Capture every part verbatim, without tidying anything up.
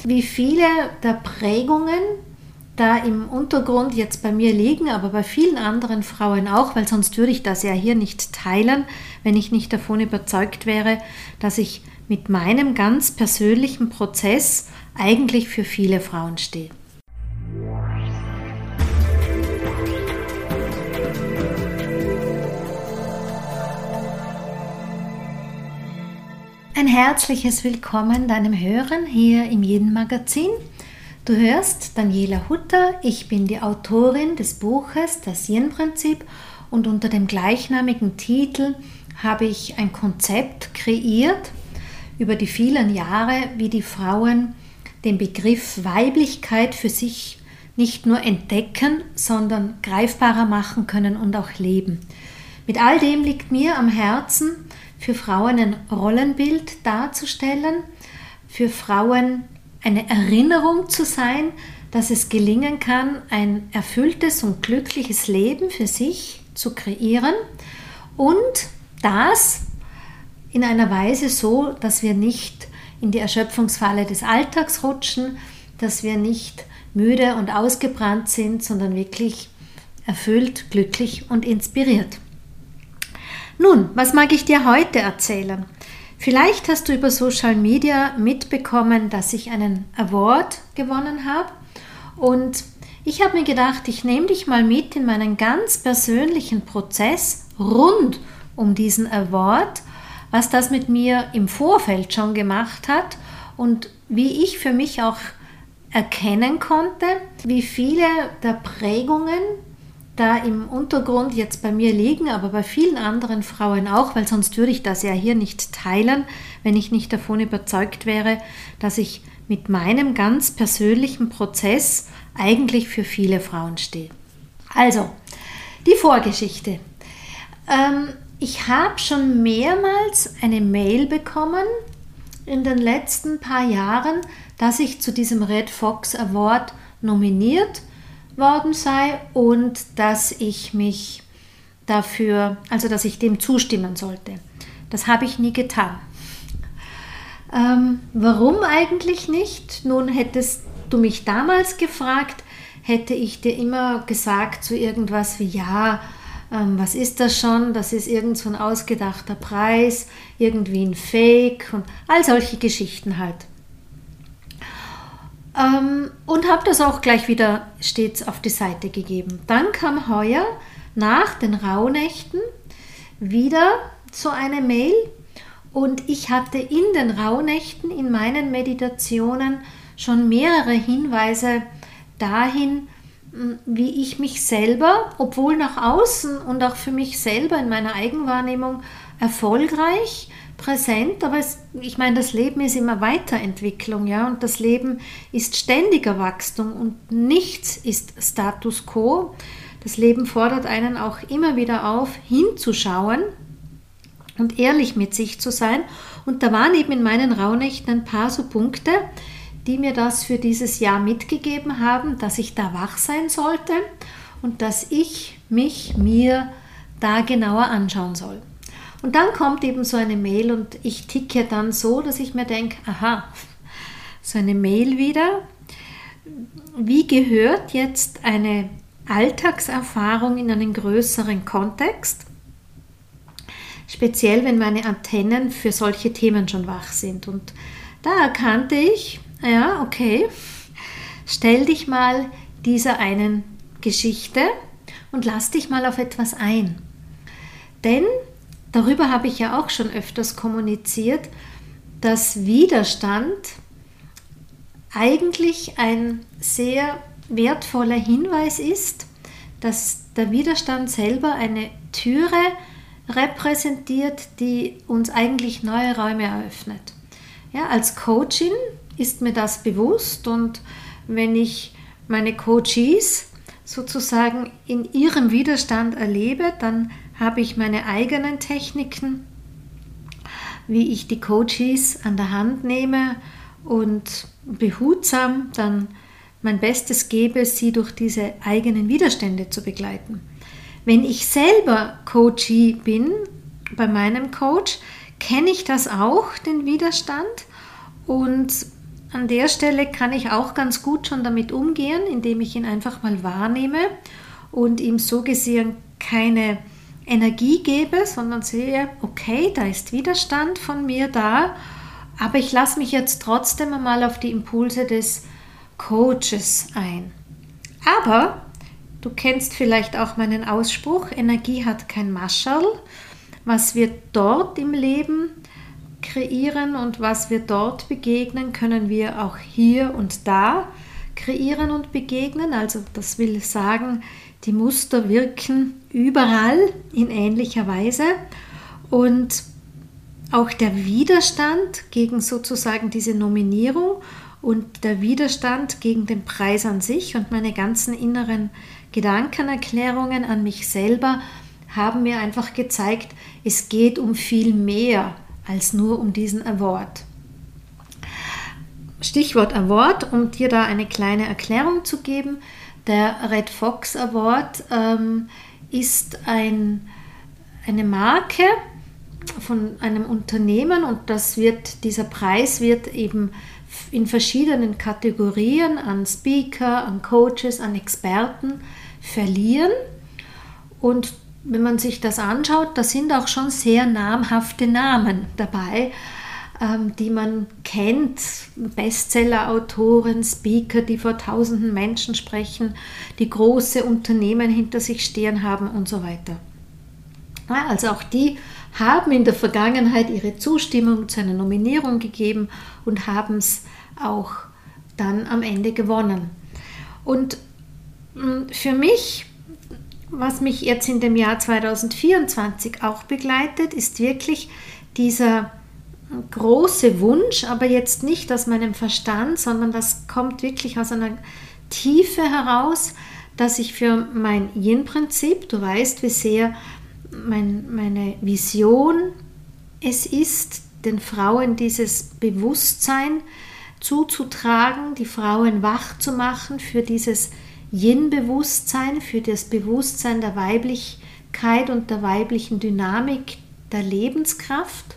wie viele der Prägungen da im Untergrund jetzt bei mir liegen, aber bei vielen anderen Frauen auch, weil sonst würde ich das ja hier nicht teilen, wenn ich nicht davon überzeugt wäre, dass ich mit meinem ganz persönlichen Prozess eigentlich für viele Frauen stehe. Ein herzliches Willkommen deinem Hören hier im Yin Magazin. Du hörst Daniela Hutter, ich bin die Autorin des Buches Das Yin-Prinzip und unter dem gleichnamigen Titel habe ich ein Konzept kreiert über die vielen Jahre, wie die Frauen den Begriff Weiblichkeit für sich nicht nur entdecken, sondern greifbarer machen können und auch leben. Mit all dem liegt mir am Herzen, für Frauen ein Rollenbild darzustellen, für Frauen eine Erinnerung zu sein, dass es gelingen kann, ein erfülltes und glückliches Leben für sich zu kreieren und das in einer Weise so, dass wir nicht in die Erschöpfungsfalle des Alltags rutschen, dass wir nicht müde und ausgebrannt sind, sondern wirklich erfüllt, glücklich und inspiriert. Nun, was mag ich dir heute erzählen? Vielleicht hast du über Social Media mitbekommen, dass ich einen Award gewonnen habe und ich habe mir gedacht, ich nehme dich mal mit in meinen ganz persönlichen Prozess rund um diesen Award, was das mit mir im Vorfeld schon gemacht hat und wie ich für mich auch erkennen konnte, wie viele der Prägungen da im Untergrund jetzt bei mir liegen, aber bei vielen anderen Frauen auch, weil sonst würde ich das ja hier nicht teilen, wenn ich nicht davon überzeugt wäre, dass ich mit meinem ganz persönlichen Prozess eigentlich für viele Frauen stehe. Also, die Vorgeschichte. Ähm, ich habe schon mehrmals eine Mail bekommen in den letzten paar Jahren, dass ich zu diesem Red Fox Award nominiert worden sei und dass ich mich dafür, also dass ich dem zustimmen sollte. Das habe ich nie getan. Ähm, warum eigentlich nicht? Nun, hättest du mich damals gefragt, hätte ich dir immer gesagt so irgendwas wie, ja, ähm, was ist das schon? Das ist irgend so ein ausgedachter Preis, irgendwie ein Fake und all solche Geschichten halt. Ähm, und habe das auch gleich wieder stets auf die Seite gegeben. Dann kam heuer nach den Rauhnächten wieder so eine Mail und ich hatte in den Rauhnächten in meinen Meditationen schon mehrere Hinweise dahin, wie ich mich selber, obwohl nach außen und auch für mich selber in meiner Eigenwahrnehmung erfolgreich, präsent, aber es, ich meine, das Leben ist immer Weiterentwicklung, ja, und das Leben ist ständiger Wachstum und nichts ist Status quo. Das Leben fordert einen auch immer wieder auf, hinzuschauen und ehrlich mit sich zu sein. Und da waren eben in meinen Rauhnächten ein paar so Punkte, die mir das für dieses Jahr mitgegeben haben, dass ich da wach sein sollte und dass ich mich mir da genauer anschauen soll. Und dann kommt eben so eine Mail und ich ticke dann so, dass ich mir denke, aha, so eine Mail wieder. Wie gehört jetzt eine Alltagserfahrung in einen größeren Kontext? Speziell, wenn meine Antennen für solche Themen schon wach sind. Und da erkannte ich, ja, okay, stell dich mal dieser einen Geschichte und lass dich mal auf etwas ein. Denn darüber habe ich ja auch schon öfters kommuniziert, dass Widerstand eigentlich ein sehr wertvoller Hinweis ist, dass der Widerstand selber eine Türe repräsentiert, die uns eigentlich neue Räume eröffnet. Ja, als Coachin ist mir das bewusst und wenn ich meine Coaches sozusagen in ihrem Widerstand erlebe, dann habe ich meine eigenen Techniken, wie ich die Coaches an der Hand nehme und behutsam dann mein Bestes gebe, sie durch diese eigenen Widerstände zu begleiten. Wenn ich selber Coachee bin, bei meinem Coach, kenne ich das auch, den Widerstand, und an der Stelle kann ich auch ganz gut schon damit umgehen, indem ich ihn einfach mal wahrnehme und ihm so gesehen keine Energie gebe, sondern sehe, okay, da ist Widerstand von mir da, aber ich lasse mich jetzt trotzdem einmal auf die Impulse des Coaches ein. Aber du kennst vielleicht auch meinen Ausspruch, Energie hat kein Mascherl. Was wir dort im Leben kreieren und was wir dort begegnen, können wir auch hier und da kreieren und begegnen. Also das will sagen, die Muster wirken überall in ähnlicher Weise und auch der Widerstand gegen sozusagen diese Nominierung und der Widerstand gegen den Preis an sich und meine ganzen inneren Gedankenerklärungen an mich selber haben mir einfach gezeigt, es geht um viel mehr als nur um diesen Award. Stichwort Award, um dir da eine kleine Erklärung zu geben. Der Red Fox Award ähm, ist ein, eine Marke von einem Unternehmen und das wird, dieser Preis wird eben in verschiedenen Kategorien an Speaker, an Coaches, an Experten verliehen. Und wenn man sich das anschaut, da sind auch schon sehr namhafte Namen dabei, ähm, die man kennt. Bestseller-Autoren, Speaker, die vor tausenden Menschen sprechen, die große Unternehmen hinter sich stehen haben und so weiter. Ja, also auch die haben in der Vergangenheit ihre Zustimmung zu einer Nominierung gegeben und haben es auch dann am Ende gewonnen. Und mh, für mich, was mich jetzt in dem Jahr zweitausendvierundzwanzig auch begleitet, ist wirklich dieser große Wunsch, aber jetzt nicht aus meinem Verstand, sondern das kommt wirklich aus einer Tiefe heraus, dass ich für mein Yin-Prinzip, du weißt, wie sehr mein, meine Vision es ist, den Frauen dieses Bewusstsein zuzutragen, die Frauen wach zu machen für dieses Yin-Bewusstsein, für das Bewusstsein der Weiblichkeit und der weiblichen Dynamik, der Lebenskraft.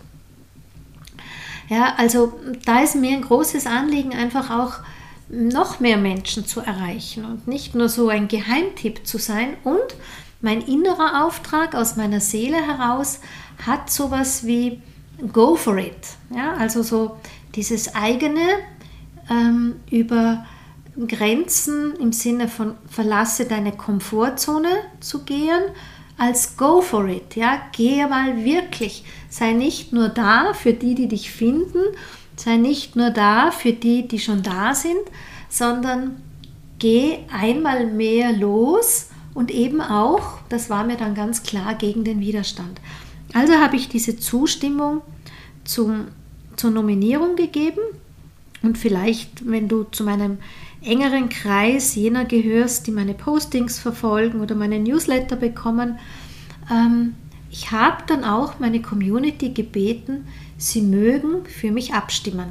Ja, also da ist mir ein großes Anliegen, einfach auch noch mehr Menschen zu erreichen und nicht nur so ein Geheimtipp zu sein. Und mein innerer Auftrag aus meiner Seele heraus hat sowas wie Go for it. Ja, also so dieses eigene ähm, über Grenzen im Sinne von verlasse deine Komfortzone zu gehen, als Go for it. Ja? Gehe mal wirklich. Sei nicht nur da für die, die dich finden, sei nicht nur da für die, die schon da sind, sondern geh einmal mehr los und eben auch, das war mir dann ganz klar, gegen den Widerstand. Also habe ich diese Zustimmung zum, zur Nominierung gegeben und vielleicht, wenn du zu meinem engeren Kreis jener gehörst, die meine Postings verfolgen oder meine Newsletter bekommen. Ähm, ich habe dann auch meine Community gebeten, sie mögen für mich abstimmen.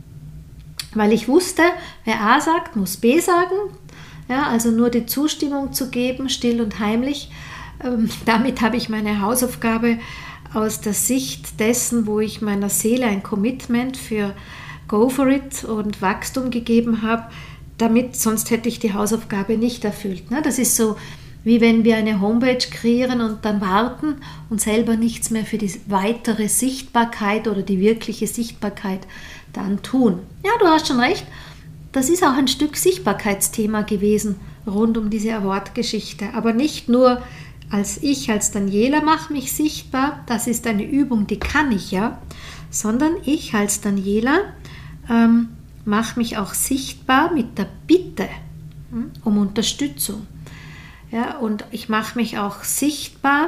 Weil ich wusste, wer A sagt, muss B sagen. Ja, also nur die Zustimmung zu geben, still und heimlich. Ähm, damit habe ich meine Hausaufgabe aus der Sicht dessen, wo ich meiner Seele ein Commitment für Go for it und Wachstum gegeben habe, damit, sonst hätte ich die Hausaufgabe nicht erfüllt. Das ist so, wie wenn wir eine Homepage kreieren und dann warten und selber nichts mehr für die weitere Sichtbarkeit oder die wirkliche Sichtbarkeit dann tun. Ja, du hast schon recht, das ist auch ein Stück Sichtbarkeitsthema gewesen rund um diese Award-Geschichte. Aber nicht nur als ich, als Daniela mache mich sichtbar, das ist eine Übung, die kann ich ja, sondern ich als Daniela ähm, mache mich auch sichtbar mit der Bitte hm, um Unterstützung. Ja, und ich mache mich auch sichtbar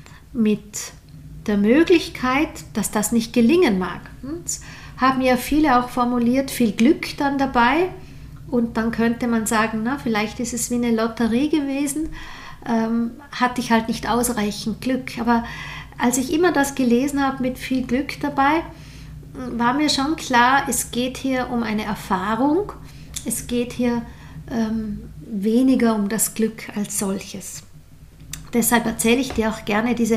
mit der Möglichkeit, dass das nicht gelingen mag. Das haben ja viele auch formuliert, viel Glück dann dabei. Und dann könnte man sagen, na, vielleicht ist es wie eine Lotterie gewesen, ähm, hatte ich halt nicht ausreichend Glück. Aber als ich immer das gelesen habe mit viel Glück dabei, war mir schon klar, es geht hier um eine Erfahrung, es geht hier ähm, weniger um das Glück als solches. Deshalb erzähle ich dir auch gerne diese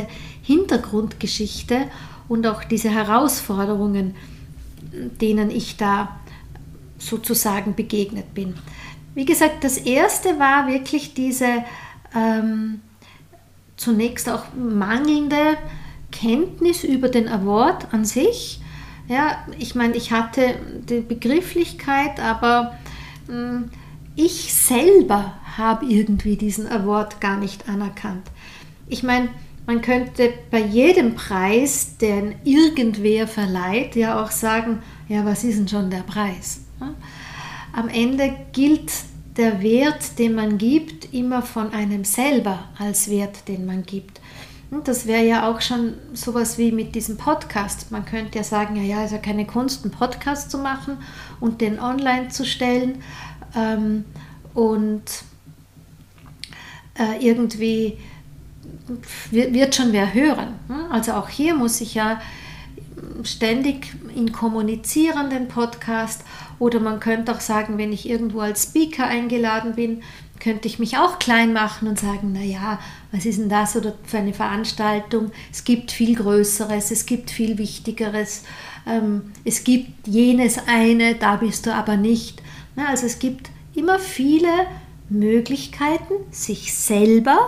Hintergrundgeschichte und auch diese Herausforderungen, denen ich da sozusagen begegnet bin. Wie gesagt, das erste war wirklich diese ähm, zunächst auch mangelnde Kenntnis über den Award an sich. Ja, ich meine, ich hatte die Begrifflichkeit, aber mh, ich selber habe irgendwie diesen Award gar nicht anerkannt. Ich meine, man könnte bei jedem Preis, den irgendwer verleiht, ja auch sagen, ja, was ist denn schon der Preis? Am Ende gilt der Wert, den man gibt, immer von einem selber als Wert, den man gibt. Und das wäre ja auch schon sowas wie mit diesem Podcast. Man könnte ja sagen, ja, ja, ist ja keine Kunst, einen Podcast zu machen und den online zu stellen ähm, und äh, irgendwie wird schon wer hören. Also auch hier muss ich ja ständig ihn kommunizieren, den Podcast. Oder man könnte auch sagen, wenn ich irgendwo als Speaker eingeladen bin, könnte ich mich auch klein machen und sagen, naja, was ist denn das oder für eine Veranstaltung? Es gibt viel Größeres, es gibt viel Wichtigeres, ähm, es gibt jenes eine, da bist du aber nicht. Na, also es gibt immer viele Möglichkeiten, sich selber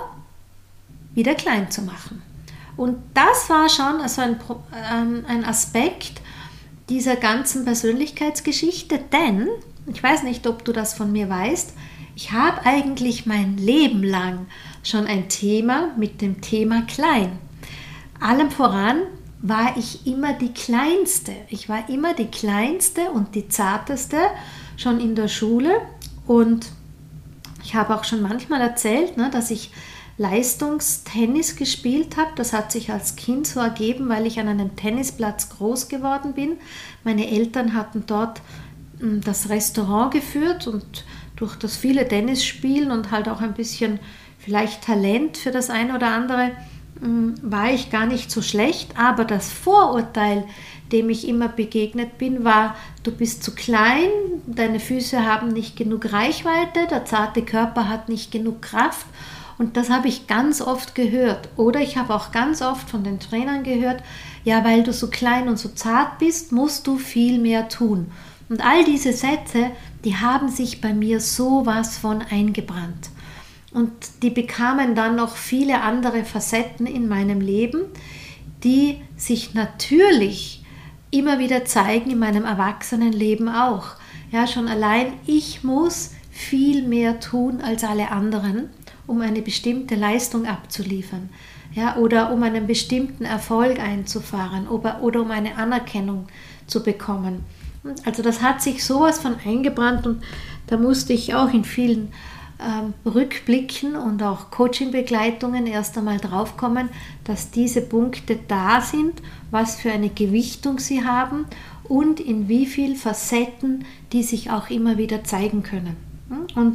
wieder klein zu machen. Und das war schon also ein, ähm, ein Aspekt dieser ganzen Persönlichkeitsgeschichte, denn, ich weiß nicht, ob du das von mir weißt, ich habe eigentlich mein Leben lang schon ein Thema mit dem Thema klein. Allem voran war ich immer die Kleinste. Ich war immer die Kleinste und die Zarteste, schon in der Schule. Und ich habe auch schon manchmal erzählt, ne, dass ich Leistungstennis gespielt habe. Das hat sich als Kind so ergeben, weil ich an einem Tennisplatz groß geworden bin. Meine Eltern hatten dort mh, das Restaurant geführt und durch das viele Tennisspielen und halt auch ein bisschen vielleicht Talent für das eine oder andere mh, war ich gar nicht so schlecht. Aber das Vorurteil, dem ich immer begegnet bin, war, du bist zu klein, deine Füße haben nicht genug Reichweite, der zarte Körper hat nicht genug Kraft. Und das habe ich ganz oft gehört. Oder ich habe auch ganz oft von den Trainern gehört, ja, weil du so klein und so zart bist, musst du viel mehr tun. Und all diese Sätze, die haben sich bei mir sowas von eingebrannt. Und die bekamen dann noch viele andere Facetten in meinem Leben, die sich natürlich immer wieder zeigen in meinem Erwachsenenleben auch. Ja, schon allein, ich muss viel mehr tun als alle anderen, um eine bestimmte Leistung abzuliefern, ja, oder um einen bestimmten Erfolg einzufahren oder, oder um eine Anerkennung zu bekommen. Also das hat sich sowas von eingebrannt und da musste ich auch in vielen ähm, Rückblicken und auch Coaching-Begleitungen erst einmal draufkommen, dass diese Punkte da sind, was für eine Gewichtung sie haben und in wie vielen Facetten die sich auch immer wieder zeigen können. Und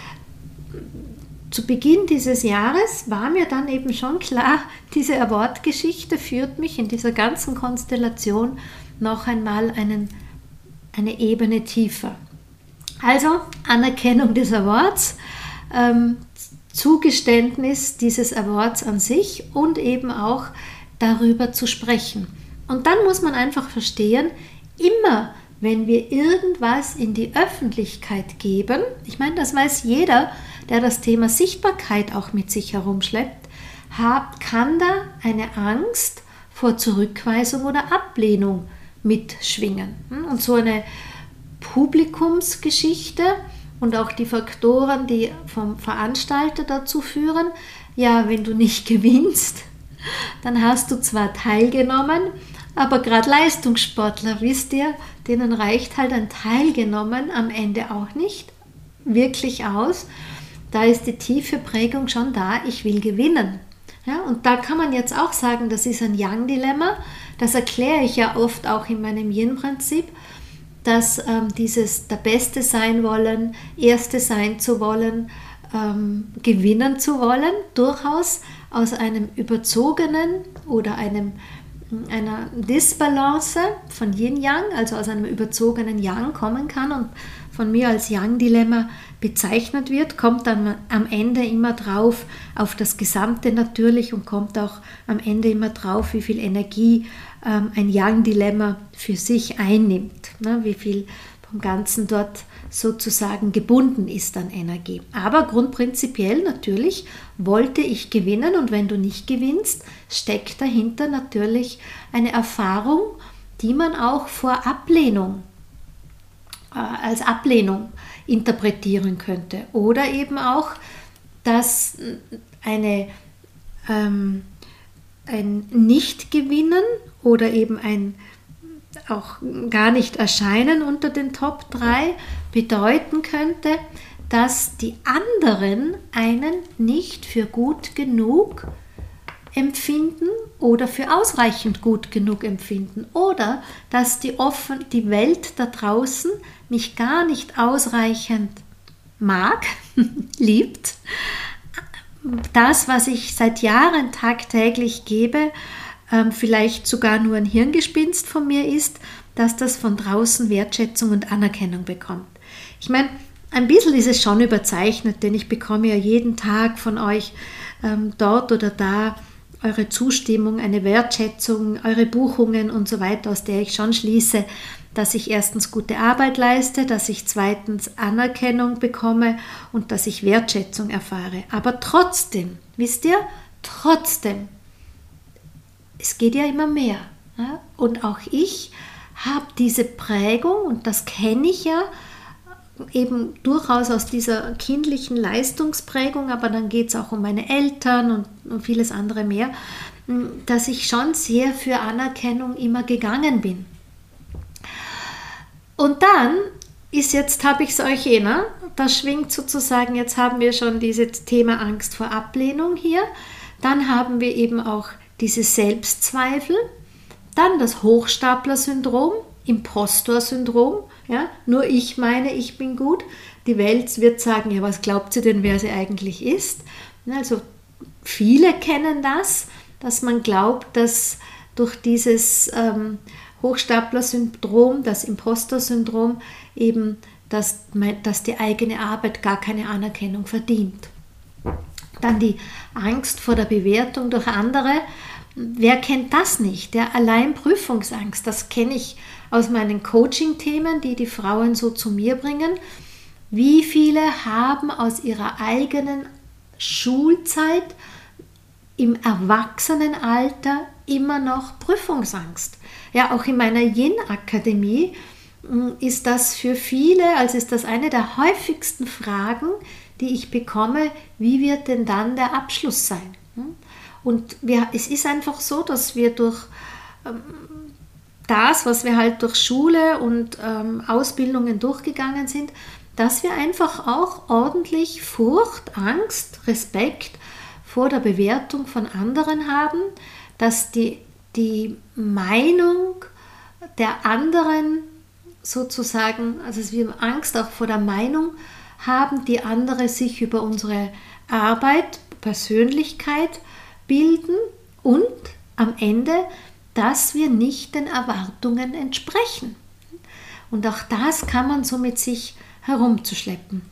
zu Beginn dieses Jahres war mir dann eben schon klar, diese Award-Geschichte führt mich in dieser ganzen Konstellation noch einmal einen, eine Ebene tiefer. Also Anerkennung des Awards, ähm, Zugeständnis dieses Awards an sich und eben auch darüber zu sprechen. Und dann muss man einfach verstehen, immer wenn wir irgendwas in die Öffentlichkeit geben, ich meine, das weiß jeder, der das Thema Sichtbarkeit auch mit sich herumschleppt, hat, kann da eine Angst vor Zurückweisung oder Ablehnung mitschwingen. Und so eine Publikumsgeschichte und auch die Faktoren, die vom Veranstalter dazu führen, ja, wenn du nicht gewinnst, dann hast du zwar teilgenommen, aber gerade Leistungssportler, wisst ihr, denen reicht halt ein Teilgenommen am Ende auch nicht wirklich aus. Da ist die tiefe Prägung schon da, ich will gewinnen. Ja, und da kann man jetzt auch sagen, das ist ein Yang-Dilemma. Das erkläre ich ja oft auch in meinem Yin-Prinzip, dass ähm, dieses der Beste sein wollen, Erste sein zu wollen, ähm, gewinnen zu wollen, durchaus aus einem überzogenen oder einem einer Disbalance von Yin-Yang, also aus einem überzogenen Yang kommen kann und von mir als Yang-Dilemma bezeichnet wird, kommt dann am Ende immer drauf auf das Gesamte natürlich und kommt auch am Ende immer drauf, wie viel Energie ähm, ein Yang-Dilemma für sich einnimmt, ne? Wie viel im Ganzen dort sozusagen gebunden ist an Energie. Aber grundprinzipiell natürlich wollte ich gewinnen, und wenn du nicht gewinnst, steckt dahinter natürlich eine Erfahrung, die man auch vor Ablehnung, äh, als Ablehnung interpretieren könnte. Oder eben auch, dass eine, ähm, ein Nicht-Gewinnen oder eben ein auch gar nicht erscheinen unter den Top drei bedeuten könnte, dass die anderen einen nicht für gut genug empfinden oder für ausreichend gut genug empfinden, oder dass die, offen, die Welt da draußen mich gar nicht ausreichend mag, liebt. Das, was ich seit Jahren tagtäglich gebe, vielleicht sogar nur ein Hirngespinst von mir ist, dass das von draußen Wertschätzung und Anerkennung bekommt. Ich meine, ein bisschen ist es schon überzeichnet, denn ich bekomme ja jeden Tag von euch ähm, dort oder da eure Zustimmung, eine Wertschätzung, eure Buchungen und so weiter, aus der ich schon schließe, dass ich erstens gute Arbeit leiste, dass ich zweitens Anerkennung bekomme und dass ich Wertschätzung erfahre. Aber trotzdem, wisst ihr, trotzdem, es geht ja immer mehr. Ja? Und auch ich habe diese Prägung, und das kenne ich ja eben durchaus aus dieser kindlichen Leistungsprägung, aber dann geht es auch um meine Eltern und, und vieles andere mehr, dass ich schon sehr für Anerkennung immer gegangen bin. Und dann ist jetzt, habe ich es euch eh, ne? Da schwingt sozusagen, jetzt haben wir schon dieses Thema Angst vor Ablehnung hier, dann haben wir eben auch diese Selbstzweifel, dann das Hochstapler-Syndrom, Impostor-Syndrom, ja, nur ich meine, ich bin gut. Die Welt wird sagen, ja, was glaubt sie denn, wer sie eigentlich ist? Also viele kennen das, dass man glaubt, dass durch dieses ähm, Hochstapler-Syndrom, das Impostor-Syndrom, eben, dass, dass die eigene Arbeit gar keine Anerkennung verdient. Dann die Angst vor der Bewertung durch andere. Wer kennt das nicht? Der allein Prüfungsangst, das kenne ich aus meinen Coaching-Themen, die die Frauen so zu mir bringen. Wie viele haben aus ihrer eigenen Schulzeit im Erwachsenenalter immer noch Prüfungsangst? Ja, auch in meiner Yin-Akademie ist das für viele, also ist das eine der häufigsten Fragen, die ich bekomme, wie wird denn dann der Abschluss sein? Und wir, es ist einfach so, dass wir durch ähm, das, was wir halt durch Schule und ähm, Ausbildungen durchgegangen sind, dass wir einfach auch ordentlich Furcht, Angst, Respekt vor der Bewertung von anderen haben, dass die, die Meinung der anderen sozusagen, also dass wir Angst auch vor der Meinung haben, die andere sich über unsere Arbeit, Persönlichkeit bilden, und am Ende, dass wir nicht den Erwartungen entsprechen. Und auch das kann man so mit sich herumzuschleppen.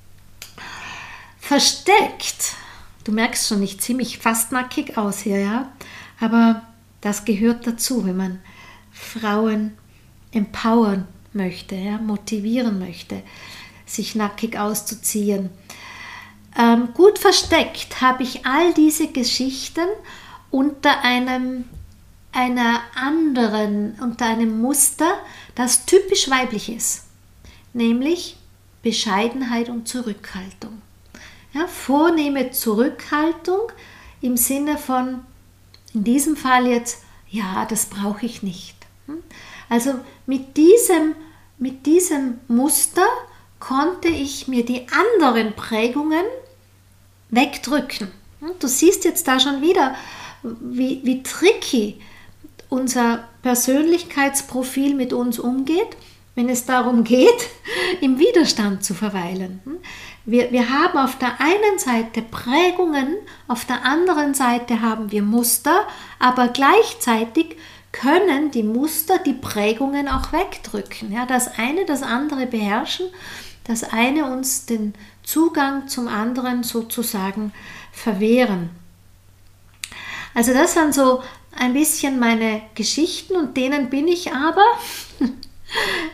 Versteckt, du merkst schon, ich ziehe mich fast nackig aus hier, ja, aber das gehört dazu, wenn man Frauen empowern möchte, ja, motivieren möchte, sich nackig auszuziehen. Ähm, gut versteckt habe ich all diese Geschichten unter einem, einer anderen, unter einem Muster, das typisch weiblich ist, nämlich Bescheidenheit und Zurückhaltung. Ja, vornehme Zurückhaltung im Sinne von, in diesem Fall jetzt, ja, das brauche ich nicht. Also mit diesem, mit diesem Muster konnte ich mir die anderen Prägungen wegdrücken. Du siehst jetzt da schon wieder, wie, wie tricky unser Persönlichkeitsprofil mit uns umgeht, wenn es darum geht, im Widerstand zu verweilen. Wir, wir haben auf der einen Seite Prägungen, auf der anderen Seite haben wir Muster, aber gleichzeitig können die Muster die Prägungen auch wegdrücken. Ja, das eine das andere beherrschen, das eine uns den Zugang zum anderen sozusagen verwehren. Also das sind so ein bisschen meine Geschichten, und denen bin ich aber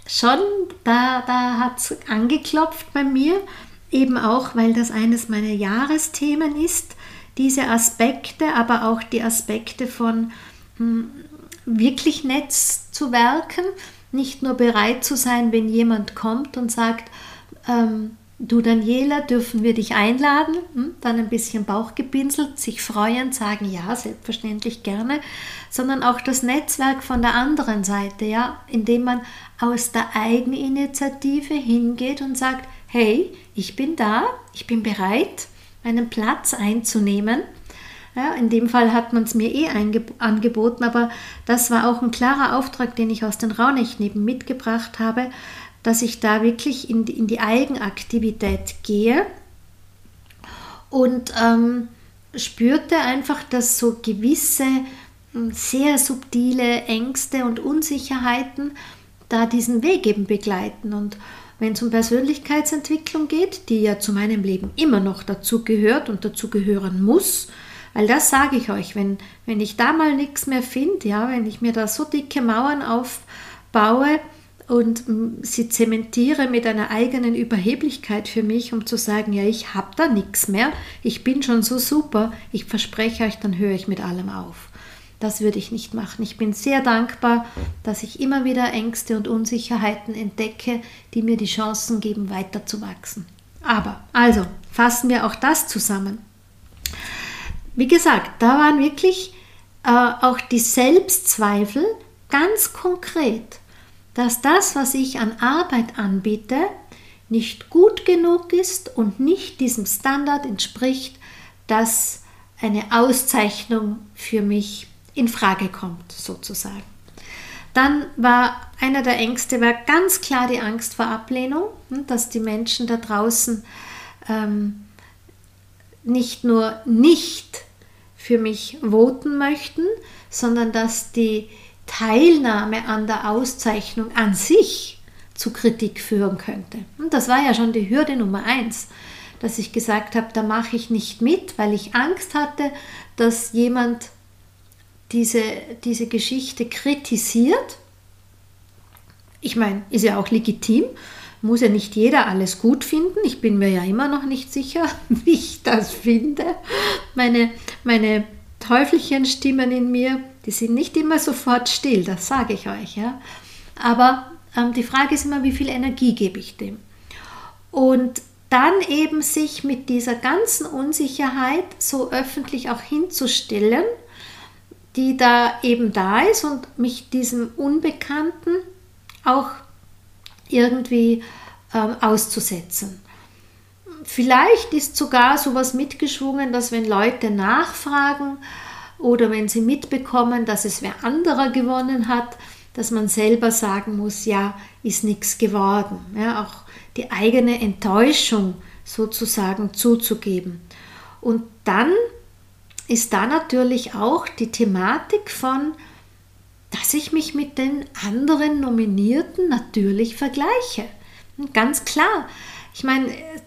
schon, da, da hat es angeklopft bei mir, eben auch, weil das eines meiner Jahresthemen ist, diese Aspekte, aber auch die Aspekte von hm, wirklich nett zu werken, nicht nur bereit zu sein, wenn jemand kommt und sagt, ähm, du Daniela, dürfen wir dich einladen? Hm, dann ein bisschen Bauchgepinselt, sich freuen, sagen, ja, selbstverständlich gerne, sondern auch das Netzwerk von der anderen Seite, ja, indem man aus der Eigeninitiative hingeht und sagt, hey, ich bin da, ich bin bereit, einen Platz einzunehmen. Ja, in dem Fall hat man es mir eh angeboten, aber das war auch ein klarer Auftrag, den ich aus den Rauhnächten eben mitgebracht habe, dass ich da wirklich in die, in die Eigenaktivität gehe und ähm, spürte einfach, dass so gewisse sehr subtile Ängste und Unsicherheiten da diesen Weg eben begleiten. Und wenn es um Persönlichkeitsentwicklung geht, die ja zu meinem Leben immer noch dazu gehört und dazu gehören muss, weil das sage ich euch, wenn, wenn ich da mal nichts mehr finde, ja, wenn ich mir da so dicke Mauern aufbaue und sie zementiere mit einer eigenen Überheblichkeit für mich, um zu sagen, ja, ich habe da nichts mehr, ich bin schon so super, ich verspreche euch, dann höre ich mit allem auf. Das würde ich nicht machen. Ich bin sehr dankbar, dass ich immer wieder Ängste und Unsicherheiten entdecke, die mir die Chancen geben, weiterzuwachsen. Aber, also, fassen wir auch das zusammen. Wie gesagt, da waren wirklich äh, auch die Selbstzweifel ganz konkret, dass das, was ich an Arbeit anbiete, nicht gut genug ist und nicht diesem Standard entspricht, dass eine Auszeichnung für mich in Frage kommt, sozusagen. Dann war einer der Ängste, war ganz klar die Angst vor Ablehnung, dass die Menschen da draußen ähm, nicht nur nicht für mich voten möchten, sondern dass die Teilnahme an der Auszeichnung an sich zu Kritik führen könnte. Und das war ja schon die Hürde Nummer eins, dass ich gesagt habe, da mache ich nicht mit, weil ich Angst hatte, dass jemand diese, diese Geschichte kritisiert. Ich meine, ist ja auch legitim, muss ja nicht jeder alles gut finden. Ich bin mir ja immer noch nicht sicher, wie ich das finde. Meine, meine Teufelchenstimmen in mir, die sind nicht immer sofort still, das sage ich euch. Ja. Aber ähm, die Frage ist immer, wie viel Energie gebe ich dem? Und dann eben sich mit dieser ganzen Unsicherheit so öffentlich auch hinzustellen, die da eben da ist und mich diesem Unbekannten auch irgendwie ähm, auszusetzen. Vielleicht ist sogar sowas mitgeschwungen, dass wenn Leute nachfragen oder wenn sie mitbekommen, dass es wer anderer gewonnen hat, dass man selber sagen muss, ja, ist nichts geworden. Ja, auch die eigene Enttäuschung sozusagen zuzugeben. Und dann ist da natürlich auch die Thematik von, dass ich mich mit den anderen Nominierten natürlich vergleiche. Und ganz klar, ich meine,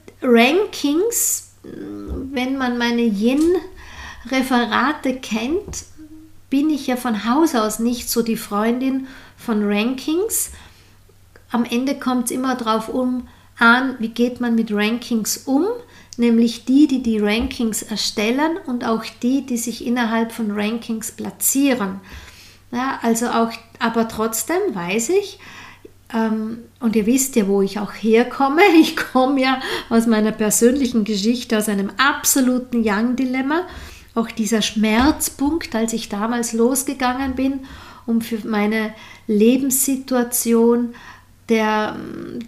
Rankings, wenn man meine Yin-Referate kennt, bin ich ja von Haus aus nicht so die Freundin von Rankings. Am Ende kommt es immer darauf um, an, wie geht man mit Rankings um, nämlich die, die die Rankings erstellen und auch die, die sich innerhalb von Rankings platzieren. Ja, also auch, aber trotzdem weiß ich, ähm, und ihr wisst ja, wo ich auch herkomme, ich komme ja aus meiner persönlichen Geschichte, aus einem absoluten Yang-Dilemma, auch dieser Schmerzpunkt, als ich damals losgegangen bin, um für meine Lebenssituation der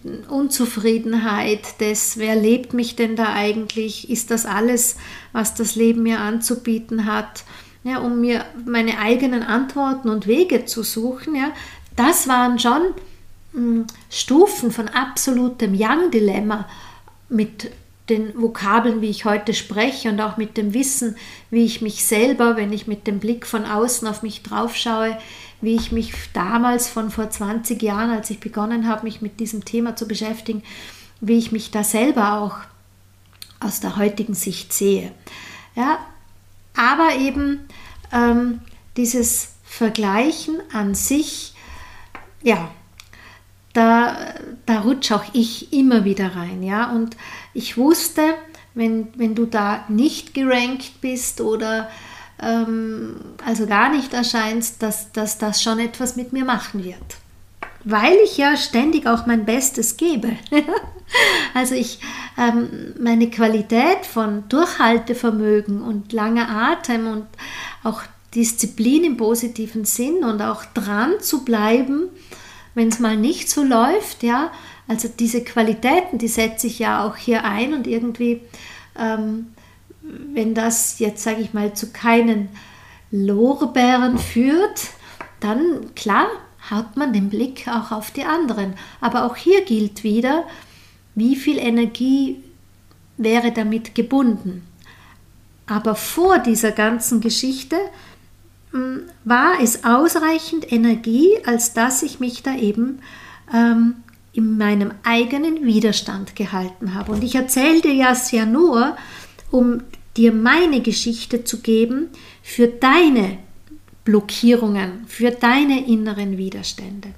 Unzufriedenheit, des, wer lebt mich denn da eigentlich, ist das alles, was das Leben mir anzubieten hat, ja, um mir meine eigenen Antworten und Wege zu suchen, ja, das waren schon mh, Stufen von absolutem Yang-Dilemma mit den Vokabeln, wie ich heute spreche und auch mit dem Wissen, wie ich mich selber, wenn ich mit dem Blick von außen auf mich drauf schaue, wie ich mich damals von vor zwanzig Jahren, als ich begonnen habe, mich mit diesem Thema zu beschäftigen, wie ich mich da selber auch aus der heutigen Sicht sehe. Ja, aber eben ähm, dieses Vergleichen an sich, ja, da, da rutsche auch ich immer wieder rein. Ja? Und ich wusste, wenn, wenn du da nicht gerankt bist oder ähm, also gar nicht erscheinst, dass, dass das schon etwas mit mir machen wird. Weil ich ja ständig auch mein Bestes gebe. Also ich, ähm, meine Qualität von Durchhaltevermögen und langer Atem und auch Disziplin im positiven Sinn und auch dran zu bleiben, wenn es mal nicht so läuft, ja, also diese Qualitäten, die setze ich ja auch hier ein und irgendwie, ähm, wenn das jetzt, sage ich mal, zu keinen Lorbeeren führt, dann klar, hat man den Blick auch auf die anderen. Aber auch hier gilt wieder, wie viel Energie wäre damit gebunden. Aber vor dieser ganzen Geschichte mh, war es ausreichend Energie, als dass ich mich da eben ähm, in meinem eigenen Widerstand gehalten habe. Und ich erzähle dir das ja nur, um dir meine Geschichte zu geben für deine Blockierungen, für deine inneren Widerstände.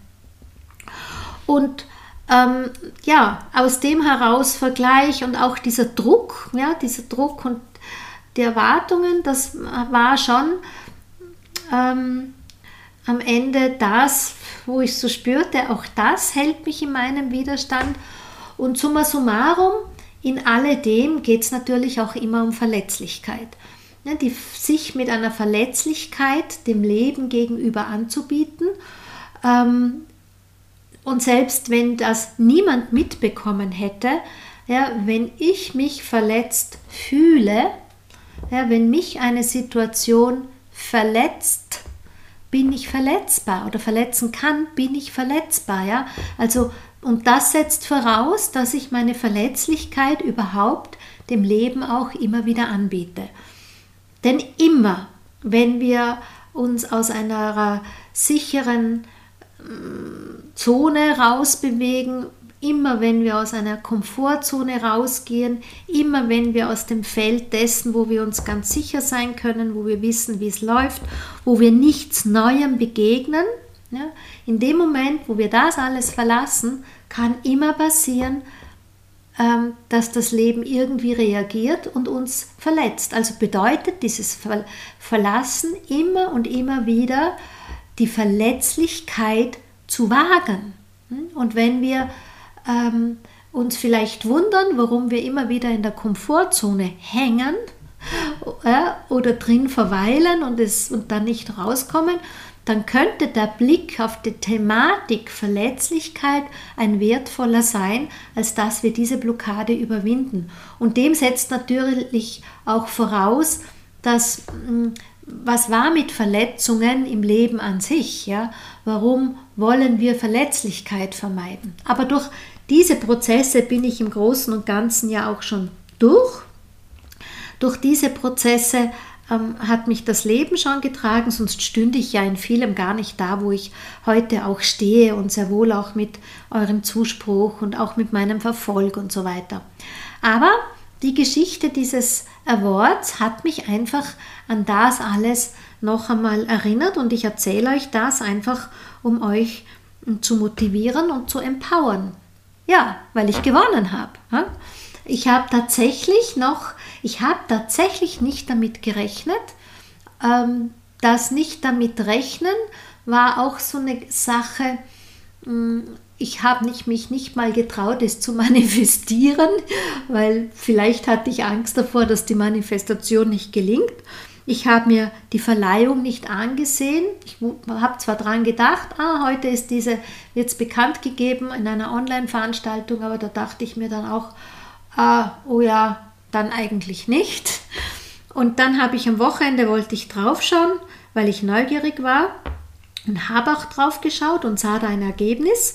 Und ähm, ja, aus dem heraus Vergleich und auch dieser Druck, ja, dieser Druck und die Erwartungen, das war schon ähm, am Ende das, wo ich so spürte, auch das hält mich in meinem Widerstand. Und summa summarum, in alledem geht es natürlich auch immer um Verletzlichkeit. Ja, die, sich mit einer Verletzlichkeit dem Leben gegenüber anzubieten. Ähm, und selbst wenn das niemand mitbekommen hätte, ja, wenn ich mich verletzt fühle, ja, wenn mich eine Situation verletzt, bin ich verletzbar oder verletzen kann, bin ich verletzbar. Ja? Also, und das setzt voraus, dass ich meine Verletzlichkeit überhaupt dem Leben auch immer wieder anbiete. Denn immer, wenn wir uns aus einer sicheren Zone rausbewegen, immer wenn wir aus einer Komfortzone rausgehen, immer wenn wir aus dem Feld dessen, wo wir uns ganz sicher sein können, wo wir wissen, wie es läuft, wo wir nichts Neuem begegnen, ja, in dem Moment, wo wir das alles verlassen, kann immer passieren, dass das Leben irgendwie reagiert und uns verletzt. Also bedeutet dieses Verlassen immer und immer wieder die Verletzlichkeit zu wagen. Und wenn wir ähm, uns vielleicht wundern, warum wir immer wieder in der Komfortzone hängen äh, oder drin verweilen und, es, und dann nicht rauskommen, dann könnte der Blick auf die Thematik Verletzlichkeit ein wertvoller sein, als dass wir diese Blockade überwinden. Und dem setzt natürlich auch voraus, dass, was war mit Verletzungen im Leben an sich? Ja? Warum wollen wir Verletzlichkeit vermeiden? Aber durch diese Prozesse bin ich im Großen und Ganzen ja auch schon durch. Durch diese Prozesse hat mich das Leben schon getragen, sonst stünde ich ja in vielem gar nicht da, wo ich heute auch stehe und sehr wohl auch mit eurem Zuspruch und auch mit meinem Verfolg und so weiter. Aber die Geschichte dieses Awards hat mich einfach an das alles noch einmal erinnert und ich erzähle euch das einfach, um euch zu motivieren und zu empowern. Ja, weil ich gewonnen habe. Ich habe tatsächlich noch, ich habe tatsächlich nicht damit gerechnet. Ähm, das nicht damit rechnen war auch so eine Sache, mh, ich habe nicht, mich nicht mal getraut, es zu manifestieren, weil vielleicht hatte ich Angst davor, dass die Manifestation nicht gelingt. Ich habe mir die Verleihung nicht angesehen. Ich habe zwar daran gedacht, ah, heute ist diese, wird es bekannt gegeben in einer Online-Veranstaltung, aber da dachte ich mir dann auch, ah, oh ja, dann eigentlich nicht. Und dann habe ich am Wochenende, wollte ich draufschauen, weil ich neugierig war und habe auch drauf geschaut und sah da ein Ergebnis.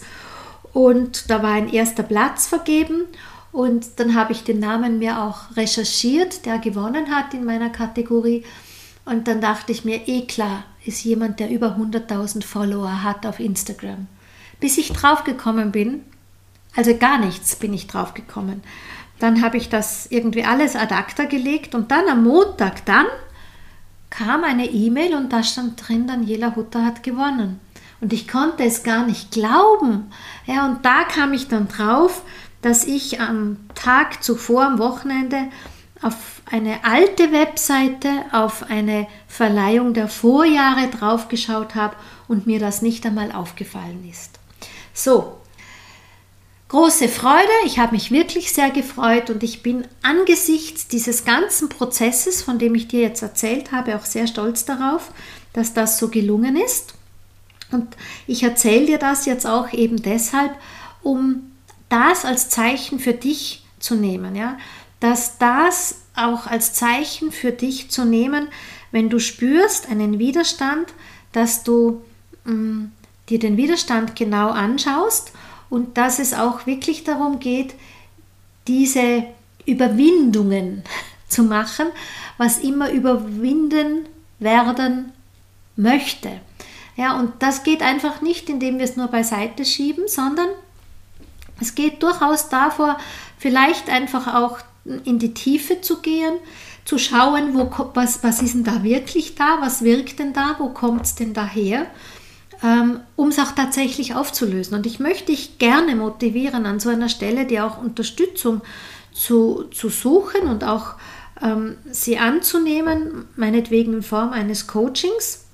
Und da war ein erster Platz vergeben und dann habe ich den Namen mir auch recherchiert, der gewonnen hat in meiner Kategorie. Und dann dachte ich mir, eh klar, ist jemand, der über hunderttausend Follower hat auf Instagram. Bis ich draufgekommen bin, also gar nichts bin ich draufgekommen. Dann habe ich das irgendwie alles ad acta gelegt und dann am Montag dann kam eine E-Mail und da stand drin, Daniela Hutter hat gewonnen. Und ich konnte es gar nicht glauben. Ja, und da kam ich dann drauf, dass ich am Tag zuvor, am Wochenende, auf eine alte Webseite, auf eine Verleihung der Vorjahre draufgeschaut habe und mir das nicht einmal aufgefallen ist. So, große Freude, ich habe mich wirklich sehr gefreut und ich bin angesichts dieses ganzen Prozesses, von dem ich dir jetzt erzählt habe, auch sehr stolz darauf, dass das so gelungen ist. Und ich erzähle dir das jetzt auch eben deshalb, um das als Zeichen für dich zu nehmen, ja, dass das auch als Zeichen für dich zu nehmen, wenn du spürst einen Widerstand, dass du mh, dir den Widerstand genau anschaust und dass es auch wirklich darum geht, diese Überwindungen zu machen, was immer überwinden werden möchte. Ja, und das geht einfach nicht, indem wir es nur beiseite schieben, sondern es geht durchaus davor, vielleicht einfach auch in die Tiefe zu gehen, zu schauen, wo, was, was ist denn da wirklich da, was wirkt denn da, wo kommt es denn daher, ähm, um es auch tatsächlich aufzulösen. Und ich möchte dich gerne motivieren, an so einer Stelle dir auch Unterstützung zu, zu suchen und auch ähm, sie anzunehmen, meinetwegen in Form eines Coachings.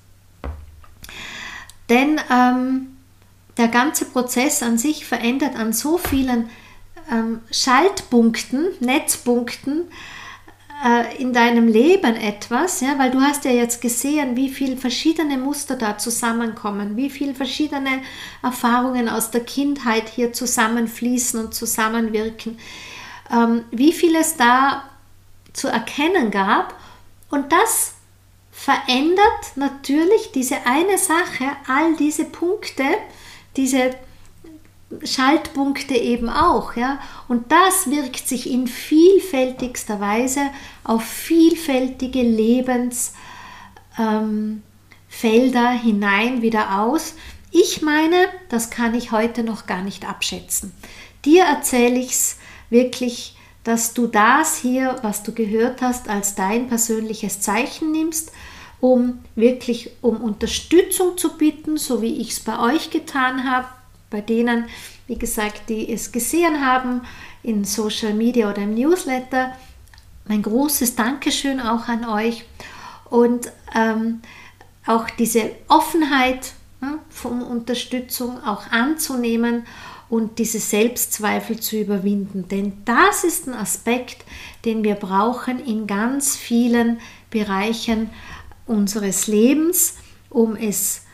Denn ähm, der ganze Prozess an sich verändert an so vielen ähm, Schaltpunkten, Netzpunkten äh, in deinem Leben etwas, ja, weil du hast ja jetzt gesehen, wie viele verschiedene Muster da zusammenkommen, wie viele verschiedene Erfahrungen aus der Kindheit hier zusammenfließen und zusammenwirken, ähm, wie viel es da zu erkennen gab, und das verändert natürlich diese eine Sache, all diese Punkte, diese Schaltpunkte eben auch, ja, und das wirkt sich in vielfältigster Weise auf vielfältige Lebensfelder ähm, hinein wieder aus. Ich meine, das kann ich heute noch gar nicht abschätzen. Dir erzähle ich es wirklich, dass du das hier, was du gehört hast, als dein persönliches Zeichen nimmst, um wirklich um Unterstützung zu bitten, so wie ich es bei euch getan habe, bei denen, wie gesagt, die es gesehen haben in Social Media oder im Newsletter. Mein großes Dankeschön auch an euch und ähm, auch diese Offenheit hm, von Unterstützung auch anzunehmen und diese Selbstzweifel zu überwinden. Denn das ist ein Aspekt, den wir brauchen in ganz vielen Bereichen unseres Lebens, um es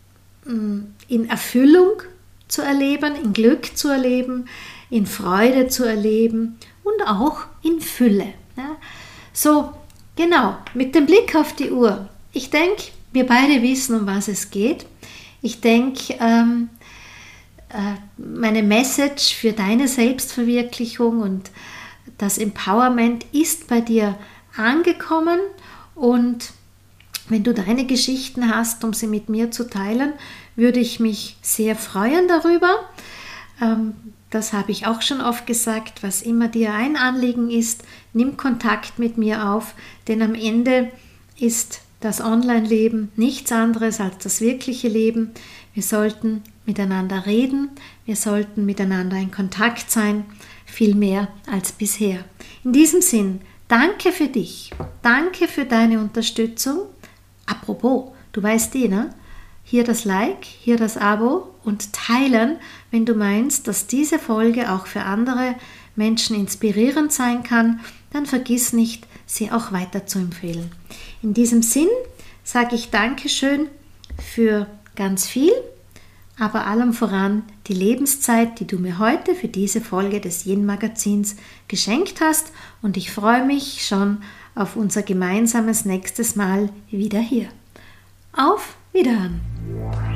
in Erfüllung zu erleben, in Glück zu erleben, in Freude zu erleben und auch in Fülle. Ja. So, genau, mit dem Blick auf die Uhr. Ich denke, wir beide wissen, um was es geht. Ich denke, ähm, äh, meine Message für deine Selbstverwirklichung und das Empowerment ist bei dir angekommen, und wenn du deine Geschichten hast, um sie mit mir zu teilen, würde ich mich sehr freuen darüber. Ähm, das habe ich auch schon oft gesagt, was immer dir ein Anliegen ist, nimm Kontakt mit mir auf, denn am Ende ist das Online-Leben nichts anderes als das wirkliche Leben. Wir sollten miteinander reden, wir sollten miteinander in Kontakt sein, viel mehr als bisher. In diesem Sinn, danke für dich, danke für deine Unterstützung. Apropos, du weißt eh, ne? Hier das Like, hier das Abo und teilen, wenn du meinst, dass diese Folge auch für andere Menschen inspirierend sein kann, dann vergiss nicht, sie auch weiter zu empfehlen. In diesem Sinn sage ich Dankeschön für ganz viel, aber allem voran die Lebenszeit, die du mir heute für diese Folge des Yin-Magazins geschenkt hast, und ich freue mich schon auf unser gemeinsames nächstes Mal wieder hier. Auf Wiederhören!